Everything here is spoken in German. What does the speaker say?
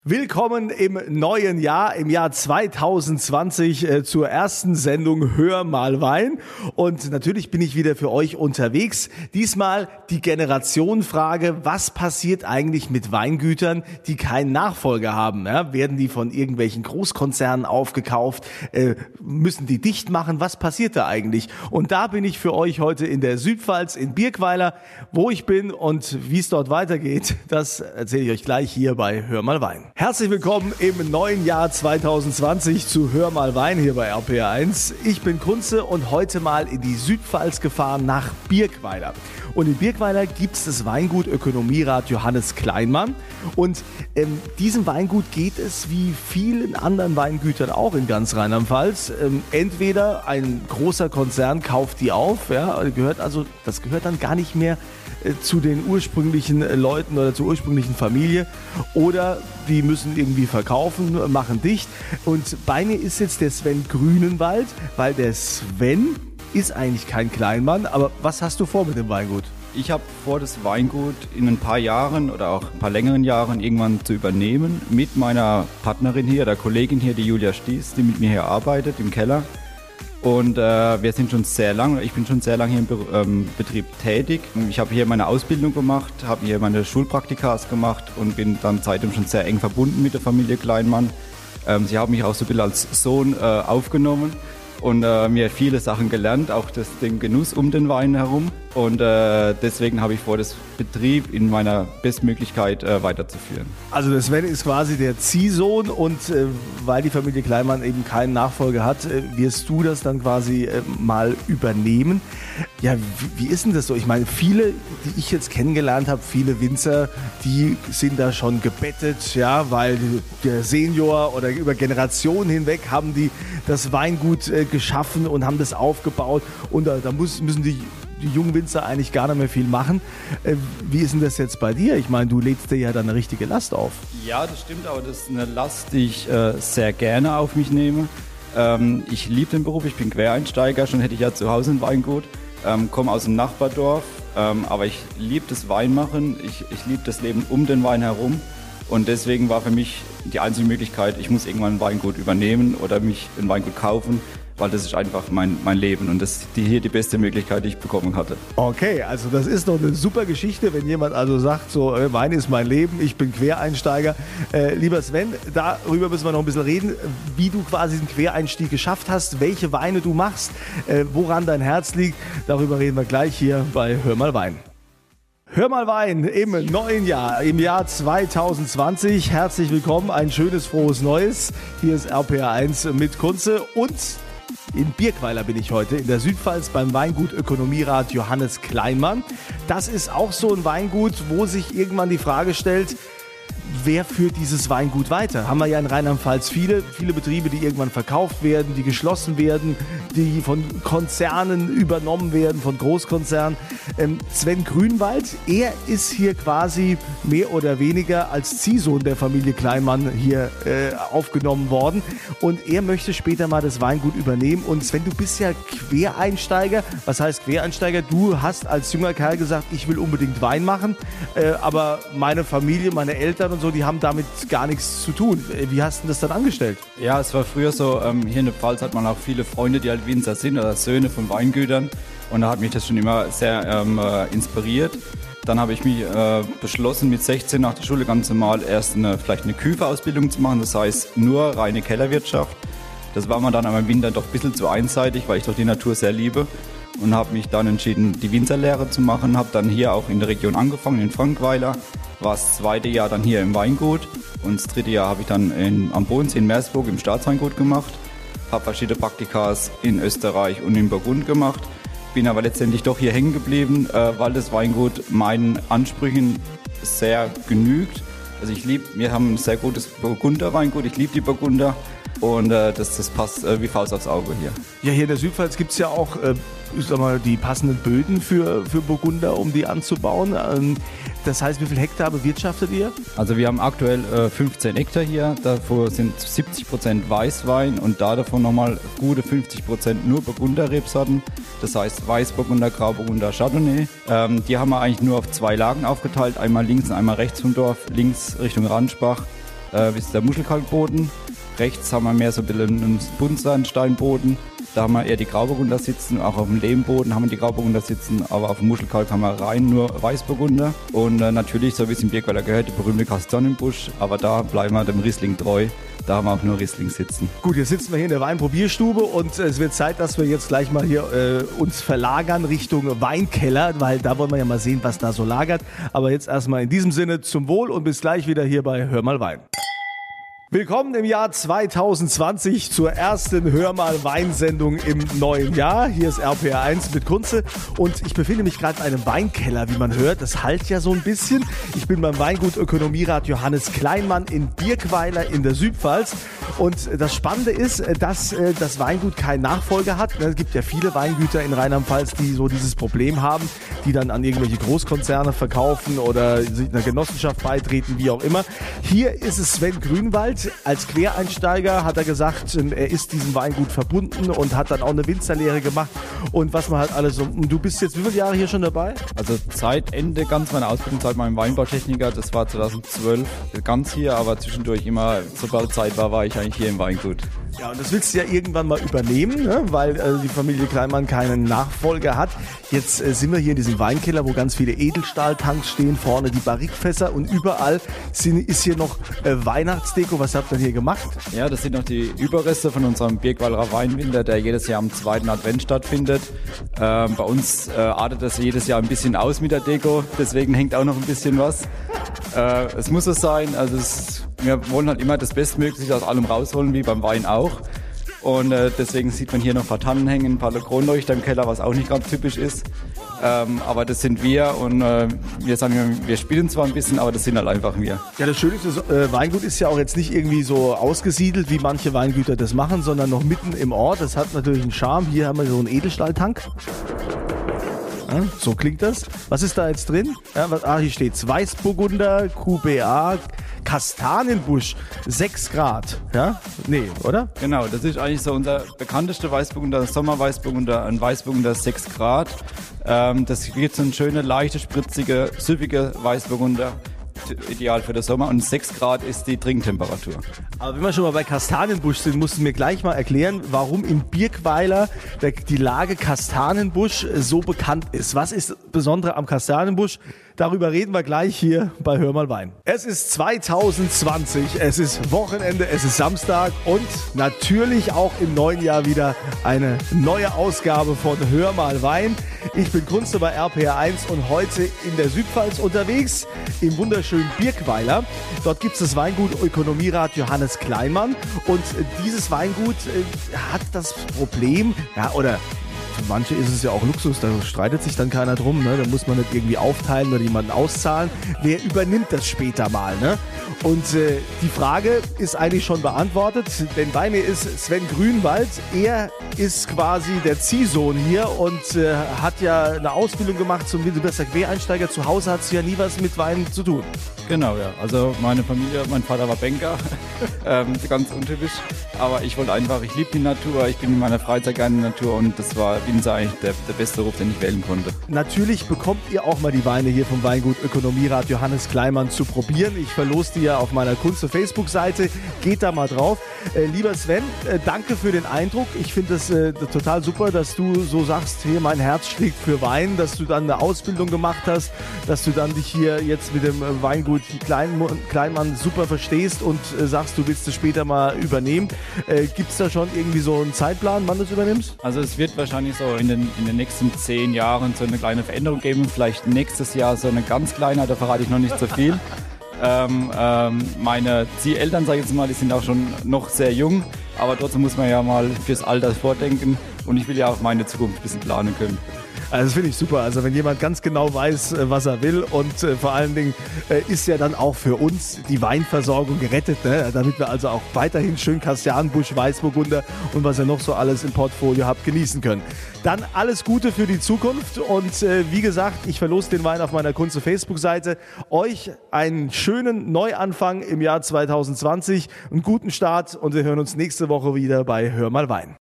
Willkommen im neuen Jahr, im Jahr 2020 zur ersten Sendung Hör mal Wein. Und natürlich bin ich wieder für euch unterwegs. Diesmal die Generationenfrage, was passiert eigentlich mit Weingütern, die keinen Nachfolger haben? Ja, werden die von irgendwelchen Großkonzernen aufgekauft? Müssen die dicht machen? Was passiert da eigentlich? Und da bin ich für euch heute in der Südpfalz, in Birkweiler. Wo ich bin und wie es dort weitergeht, das erzähle ich euch gleich hier bei Hör mal Wein. Herzlich willkommen im neuen Jahr 2020 zu Hör mal Wein hier bei RPR1. Ich bin Kunze und heute mal in die Südpfalz gefahren nach Birkweiler. Und in Birkweiler gibt es das Weingut Ökonomierat Johannes Kleinmann. Und diesem Weingut geht es wie vielen anderen Weingütern auch in ganz Rheinland-Pfalz. Entweder ein großer Konzern kauft die auf, ja, das gehört dann gar nicht mehr zu den ursprünglichen Leuten oder zur ursprünglichen Familie, oder die müssen irgendwie verkaufen, machen dicht. Und bei mir ist jetzt der Sven Grünenwald, weil der Sven ist eigentlich kein Kleinmann, aber was hast du vor mit dem Weingut? Ich habe vor, das Weingut in ein paar Jahren oder auch ein paar längeren Jahren irgendwann zu übernehmen, mit meiner Partnerin hier, der Kollegin hier, die Julia Stieß, die mit mir hier arbeitet im Keller. Und wir sind schon sehr lang, ich bin schon sehr lange hier im Betrieb tätig. Ich habe hier meine Ausbildung gemacht, habe hier meine Schulpraktikas gemacht und bin dann seitdem schon sehr eng verbunden mit der Familie Kleinmann. Sie haben mich auch so ein bisschen als Sohn aufgenommen und mir viele Sachen gelernt, auch den Genuss um den Wein herum. Und deswegen habe ich vor, das Betrieb in meiner Bestmöglichkeit weiterzuführen. Also der Sven ist quasi der Ziehsohn und weil die Familie Kleinmann eben keinen Nachfolger hat, wirst du das dann quasi mal übernehmen. Ja, wie ist denn das so? Ich meine, viele, die ich jetzt kennengelernt habe, viele Winzer, die sind da schon gebettet, ja, weil der Senior oder über Generationen hinweg haben die das Weingut geschaffen und haben das aufgebaut und da müssen die jungen Winzer eigentlich gar nicht mehr viel machen. Wie ist denn das jetzt bei dir? Ich meine, du lädst dir ja dann eine richtige Last auf. Ja, das stimmt, aber das ist eine Last, die ich sehr gerne auf mich nehme. Ich liebe den Beruf, ich bin Quereinsteiger, schon hätte ich ja zu Hause ein Weingut, komme aus dem Nachbardorf, aber ich liebe das Weinmachen, ich liebe das Leben um den Wein herum und deswegen war für mich die einzige Möglichkeit, ich muss irgendwann ein Weingut übernehmen oder mich ein Weingut kaufen, weil das ist einfach mein Leben und das ist hier die beste Möglichkeit, die ich bekommen hatte. Okay, also das ist doch eine super Geschichte, wenn jemand also sagt, so Wein ist mein Leben, ich bin Quereinsteiger. Lieber Sven, darüber müssen wir noch ein bisschen reden, wie du quasi den Quereinstieg geschafft hast, welche Weine du machst, woran dein Herz liegt, darüber reden wir gleich hier bei Hör mal Wein. Hör mal Wein im neuen Jahr, im Jahr 2020. Herzlich willkommen, ein schönes, frohes Neues. Hier ist RPR1 mit Kunze und in Birkweiler bin ich heute, in der Südpfalz beim Weingut Ökonomierat Johannes Kleinmann. Das ist auch so ein Weingut, wo sich irgendwann die Frage stellt, wer führt dieses Weingut weiter? Haben wir ja in Rheinland-Pfalz viele Betriebe, die irgendwann verkauft werden, die geschlossen werden, die von Konzernen übernommen werden, von Großkonzernen. Sven Grünwald, er ist hier quasi mehr oder weniger als Ziehsohn der Familie Kleinmann hier aufgenommen worden und er möchte später mal das Weingut übernehmen. Und Sven, du bist ja Quereinsteiger. Was heißt Quereinsteiger? Du hast als junger Kerl gesagt, ich will unbedingt Wein machen, aber meine Familie, meine Eltern und so, die haben damit gar nichts zu tun. Wie hast du das dann angestellt? Ja, es war früher so, hier in der Pfalz hat man auch viele Freunde, die halt Winzer sind oder Söhne von Weingütern und da hat mich das schon immer sehr inspiriert. Dann habe ich mich beschlossen, mit 16 nach der Schule ganz normal erst vielleicht eine Küferausbildung zu machen, das heißt nur reine Kellerwirtschaft. Das war mir dann aber im Winter doch ein bisschen zu einseitig, weil ich doch die Natur sehr liebe und habe mich dann entschieden, die Winzerlehre zu machen, habe dann hier auch in der Region angefangen, in Frankweiler. War das zweite Jahr dann hier im Weingut und das dritte Jahr habe ich dann am Bodensee in Meersburg im Staatsweingut gemacht, habe verschiedene Praktikas in Österreich und in Burgund gemacht, bin aber letztendlich doch hier hängen geblieben, weil das Weingut meinen Ansprüchen sehr genügt. Also wir haben ein sehr gutes Burgunder-Weingut, ich liebe die Burgunder und das passt wie Faust aufs Auge hier. Ja, hier in der Südpfalz gibt es ja auch die passenden Böden für Burgunder, um die anzubauen. Das heißt, wie viel Hektar bewirtschaftet ihr? Also wir haben aktuell 15 Hektar hier, davon sind 70% Weißwein und davon nochmal gute 50% nur Burgunder-Rebsorten. Das heißt Weißburgunder, Grauburgunder, Chardonnay. Die haben wir eigentlich nur auf 2 Lagen aufgeteilt, einmal links und einmal rechts vom Dorf. Links Richtung Ranschbach ist der Muschelkalkboden. Rechts haben wir mehr so ein bisschen einen Buntsandsteinboden. Da haben wir eher die Grauburgunder sitzen. Auch auf dem Lehmboden haben wir die Grauburgunder sitzen. Aber auf dem Muschelkalk haben wir rein nur Weißburgunder. Und natürlich, so wie es im Birkweiler gehört, der berühmte Kastanienbusch. Aber da bleiben wir dem Riesling treu. Da haben wir auch nur Riesling sitzen. Gut, jetzt sitzen wir hier in der Weinprobierstube und es wird Zeit, dass wir jetzt gleich mal hier uns verlagern Richtung Weinkeller, weil da wollen wir ja mal sehen, was da so lagert. Aber jetzt erstmal in diesem Sinne zum Wohl und bis gleich wieder hier bei Hör mal Wein. Willkommen im Jahr 2020 zur ersten Hör mal Weinsendung im neuen Jahr. Hier ist RPR1 mit Kunze und ich befinde mich gerade in einem Weinkeller, wie man hört. Das hallt ja so ein bisschen. Ich bin beim Weingut Ökonomierat Johannes Kleinmann in Birkweiler in der Südpfalz. Und das Spannende ist, dass das Weingut keinen Nachfolger hat. Es gibt ja viele Weingüter in Rheinland-Pfalz, die so dieses Problem haben, die dann an irgendwelche Großkonzerne verkaufen oder sich einer Genossenschaft beitreten, wie auch immer. Hier ist es Sven Grünwald. Als Quereinsteiger hat er gesagt, er ist diesem Weingut verbunden und hat dann auch eine Winzerlehre gemacht und was man halt alles so. Und du bist jetzt wie viele Jahre hier schon dabei? Also seit Ende ganz meiner Ausbildungszeit meinem Weinbautechniker, das war 2012 ganz hier, aber zwischendurch immer, sobald Zeit war ich eigentlich hier im Weingut. Ja, und das willst du ja irgendwann mal übernehmen, ne? Weil die Familie Kleinmann keinen Nachfolger hat. Jetzt sind wir hier in diesem Weinkeller, wo ganz viele Edelstahltanks stehen, vorne die Barrikfässer und überall ist hier noch Weihnachtsdeko. Was habt ihr hier gemacht? Ja, das sind noch die Überreste von unserem Birkweiler Weinwinter, der jedes Jahr am 2. Advent stattfindet. Bei uns artet das jedes Jahr ein bisschen aus mit der Deko, deswegen hängt auch noch ein bisschen was. Es muss so sein, also wir wollen halt immer das Bestmögliche aus allem rausholen, wie beim Wein auch. Und deswegen sieht man hier noch ein paar Tannen hängen, ein paar Kronleuchter im Keller, was auch nicht ganz typisch ist. Aber das sind wir und wir sagen, wir spielen zwar ein bisschen, aber das sind halt einfach wir. Ja, das Schöne ist, das Weingut ist ja auch jetzt nicht irgendwie so ausgesiedelt, wie manche Weingüter das machen, sondern noch mitten im Ort. Das hat natürlich einen Charme. Hier haben wir so einen Edelstahltank. Ja, so klingt das. Was ist da jetzt drin? Ja, hier steht's. Weißburgunder, QBA, Kastanienbusch, 6 Grad. Ja? Nee, oder? Genau, das ist eigentlich so unser bekanntester Weißburgunder, Sommerweißburgunder, ein Weißburgunder 6 Grad. Das wird so ein schöner, leichter, spritzige, süffiger Weißburgunder. Ideal für den Sommer und 6 Grad ist die Trinktemperatur. Aber wenn wir schon mal bei Kastanienbusch sind, musst du mir gleich mal erklären, warum in Birkweiler die Lage Kastanienbusch so bekannt ist. Was ist das Besondere am Kastanienbusch? Darüber reden wir gleich hier bei Hör mal Wein. Es ist 2020, es ist Wochenende, es ist Samstag und natürlich auch im neuen Jahr wieder eine neue Ausgabe von Hör mal Wein. Ich bin Kunze bei RPR1 und heute in der Südpfalz unterwegs, im wunderschönen Birkweiler. Dort gibt es das Weingut Ökonomierat Johannes Kleinmann und dieses Weingut hat das Problem, ja, oder für manche ist es ja auch Luxus, da streitet sich dann keiner drum, ne? Da muss man nicht irgendwie aufteilen oder jemanden auszahlen. Wer übernimmt das später mal, ne? Und die Frage ist eigentlich schon beantwortet, denn bei mir ist Sven Grünwald. Er ist quasi der Ziehsohn hier und hat ja eine Ausbildung gemacht zum Winzerberger Quereinsteiger. Zu Hause hat ja nie was mit Wein zu tun. Genau, ja. Also meine Familie, mein Vater war Banker, ganz untypisch. Aber ich wollte einfach, ich liebe die Natur, ich bin in meiner Freizeit gerne in der Natur und das war Winzer eigentlich der beste Beruf, den ich wählen konnte. Natürlich bekommt ihr auch mal die Weine hier vom Weingut Ökonomierat Johannes Kleinmann zu probieren. Ich verlose die ja auf meiner Kunze-Facebook-Seite. Geht da mal drauf. Lieber Sven, danke für den Eindruck. Ich finde es total super, dass du so sagst, hier mein Herz schlägt für Wein, dass du dann eine Ausbildung gemacht hast, dass du dann dich hier jetzt mit dem Weingut Kleinmann super verstehst und sagst, du willst es später mal übernehmen. Gibt es da schon irgendwie so einen Zeitplan, wann du es übernimmst? Also es wird wahrscheinlich so in den nächsten 10 Jahren so eine kleine Veränderung geben. Vielleicht nächstes Jahr so eine ganz kleine, da verrate ich noch nicht so viel. Meine Zieheltern, sage ich jetzt mal, die sind auch schon noch sehr jung, aber trotzdem muss man ja mal fürs Alter vordenken und ich will ja auch meine Zukunft ein bisschen planen können. Also das finde ich super. Also wenn jemand ganz genau weiß, was er will und vor allen Dingen ist ja dann auch für uns die Weinversorgung gerettet, ne? Damit wir also auch weiterhin schön Kastanienbusch, Weißburgunder und was ihr noch so alles im Portfolio habt genießen können. Dann alles Gute für die Zukunft und wie gesagt, ich verlose den Wein auf meiner Kunze Facebook-Seite. Euch einen schönen Neuanfang im Jahr 2020, einen guten Start und wir hören uns nächste Woche wieder bei Hör mal Wein.